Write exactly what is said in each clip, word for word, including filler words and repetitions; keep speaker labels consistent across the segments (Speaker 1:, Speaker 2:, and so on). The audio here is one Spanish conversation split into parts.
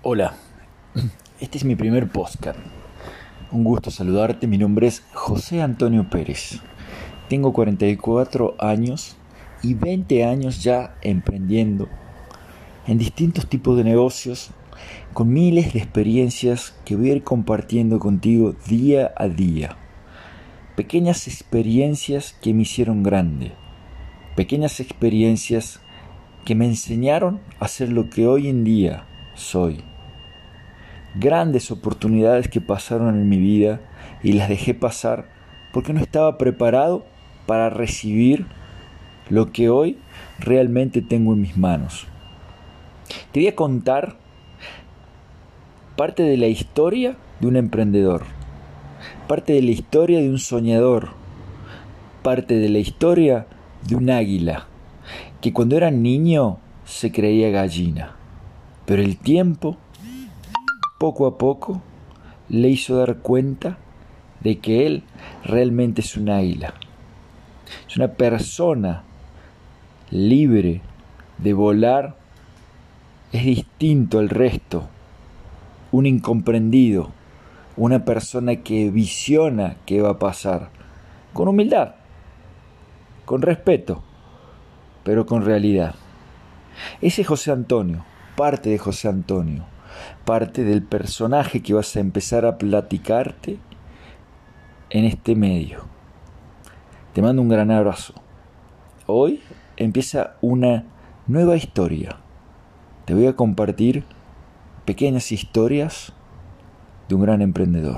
Speaker 1: Hola, este es mi primer podcast. Un gusto saludarte, mi nombre es José Antonio Pérez. Tengo cuarenta y cuatro años y veinte años ya emprendiendo en distintos tipos de negocios con miles de experiencias que voy a ir compartiendo contigo día a día. Pequeñas experiencias que me hicieron grande. Pequeñas experiencias que me enseñaron a ser lo que hoy en día soy. Grandes oportunidades que pasaron en mi vida y las dejé pasar porque no estaba preparado para recibir lo que hoy realmente tengo en mis manos. Te voy a contar parte de la historia de un emprendedor, parte de la historia de un soñador, parte de la historia de un águila que cuando era niño se creía gallina, pero el tiempo poco a poco le hizo dar cuenta de que él realmente es un águila. Es una persona libre de volar, es distinto al resto, un incomprendido, una persona que visiona qué va a pasar, con humildad, con respeto, pero con realidad. Ese es José Antonio, parte de José Antonio. Parte del personaje que vas a empezar a platicarte en este medio. Te mando un gran abrazo. Hoy empieza una nueva historia. Te voy a compartir pequeñas historias de un gran emprendedor.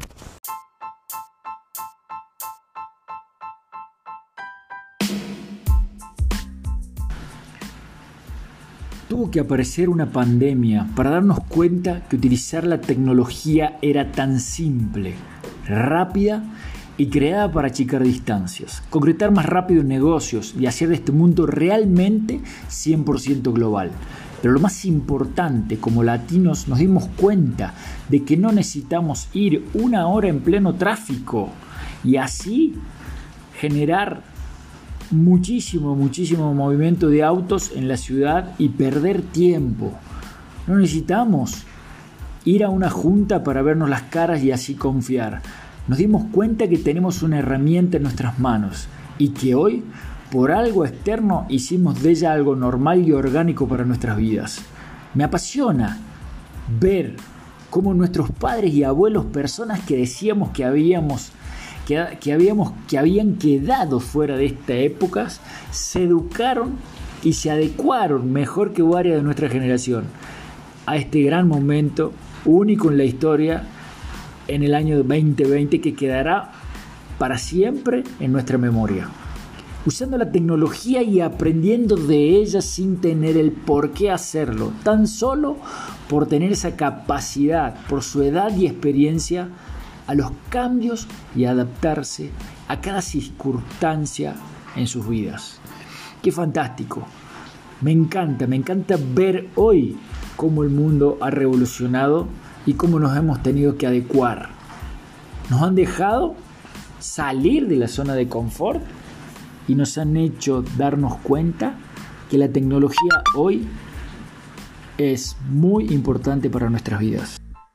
Speaker 1: Tuvo que aparecer una pandemia para darnos cuenta que utilizar la tecnología era tan simple, rápida y creada para achicar distancias, concretar más rápido negocios y hacer de este mundo realmente cien por ciento global. Pero lo más importante, como latinos nos dimos cuenta de que no necesitamos ir una hora en pleno tráfico y así generar muchísimo, muchísimo movimiento de autos en la ciudad y perder tiempo. No necesitamos ir a una junta para vernos las caras y así confiar. Nos dimos cuenta que tenemos una herramienta en nuestras manos y que hoy, por algo externo, hicimos de ella algo normal y orgánico para nuestras vidas. Me apasiona ver cómo nuestros padres y abuelos, personas que decíamos que habíamos Que, que, habíamos, que habían quedado fuera de estas épocas, se educaron y se adecuaron mejor que varias de nuestra generación a este gran momento único en la historia en el año veinte veinte que quedará para siempre en nuestra memoria. Usando la tecnología y aprendiendo de ella sin tener el por qué hacerlo, tan solo por tener esa capacidad, por su edad y experiencia, a los cambios y adaptarse a cada circunstancia en sus vidas. ¡Qué fantástico! Me encanta, me encanta ver hoy cómo el mundo ha revolucionado y cómo nos hemos tenido que adecuar. Nos han dejado salir de la zona de confort y nos han hecho darnos cuenta que la tecnología hoy es muy importante para nuestras vidas.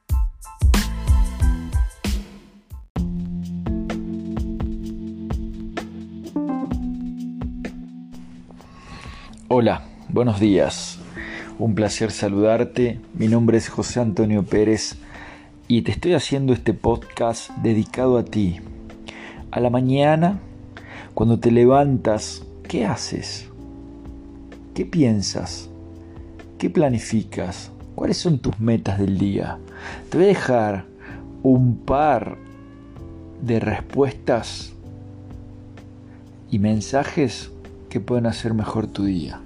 Speaker 1: Hola, buenos días. Un placer saludarte. Mi nombre es José Antonio Pérez y te estoy haciendo este podcast dedicado a ti. A la mañana, cuando te levantas, ¿qué haces? ¿Qué piensas? ¿Qué planificas? ¿Cuáles son tus metas del día? Te voy a dejar un par de respuestas y mensajes que pueden hacer mejor tu día.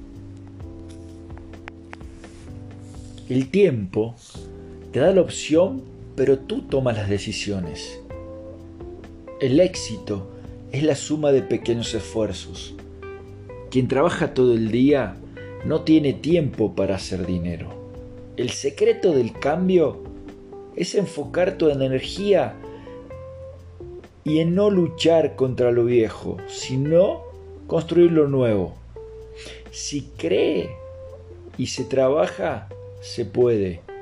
Speaker 1: El tiempo te da la opción, pero tú tomas las decisiones. El éxito es la suma de pequeños esfuerzos. Quien trabaja todo el día no tiene tiempo para hacer dinero. El secreto del cambio es enfocar tu energía y en no luchar contra lo viejo, sino construir lo nuevo. Si cree y se trabaja, se puede.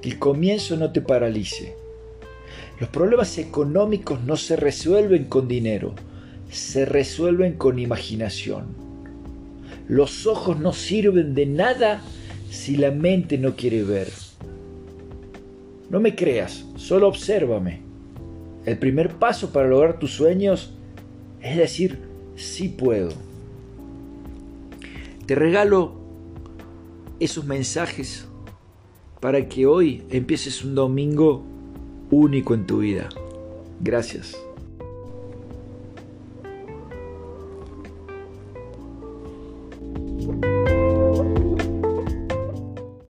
Speaker 1: Que el comienzo no te paralice. Los problemas económicos no se resuelven con dinero, se resuelven con imaginación. Los ojos no sirven de nada si la mente no quiere ver. No me creas, solo obsérvame. El primer paso para lograr tus sueños es decir, sí puedo. Te regalo esos mensajes para que hoy empieces un domingo único en tu vida. Gracias.